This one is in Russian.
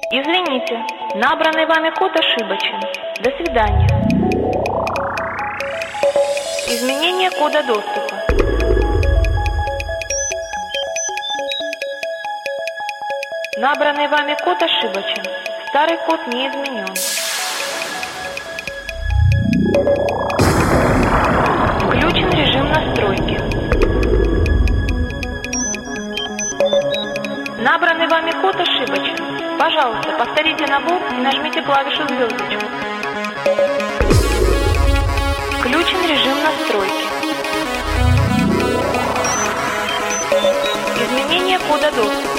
Извините, набранный вами код ошибочен. До свидания. Изменение кода доступа. Набранный вами код ошибочен. Старый код не изменен. Включен режим настройки. Набранный вами код ошибочен. Пожалуйста, повторите набор и нажмите клавишу звездочку. Включен режим настройки. Изменение кода доступа.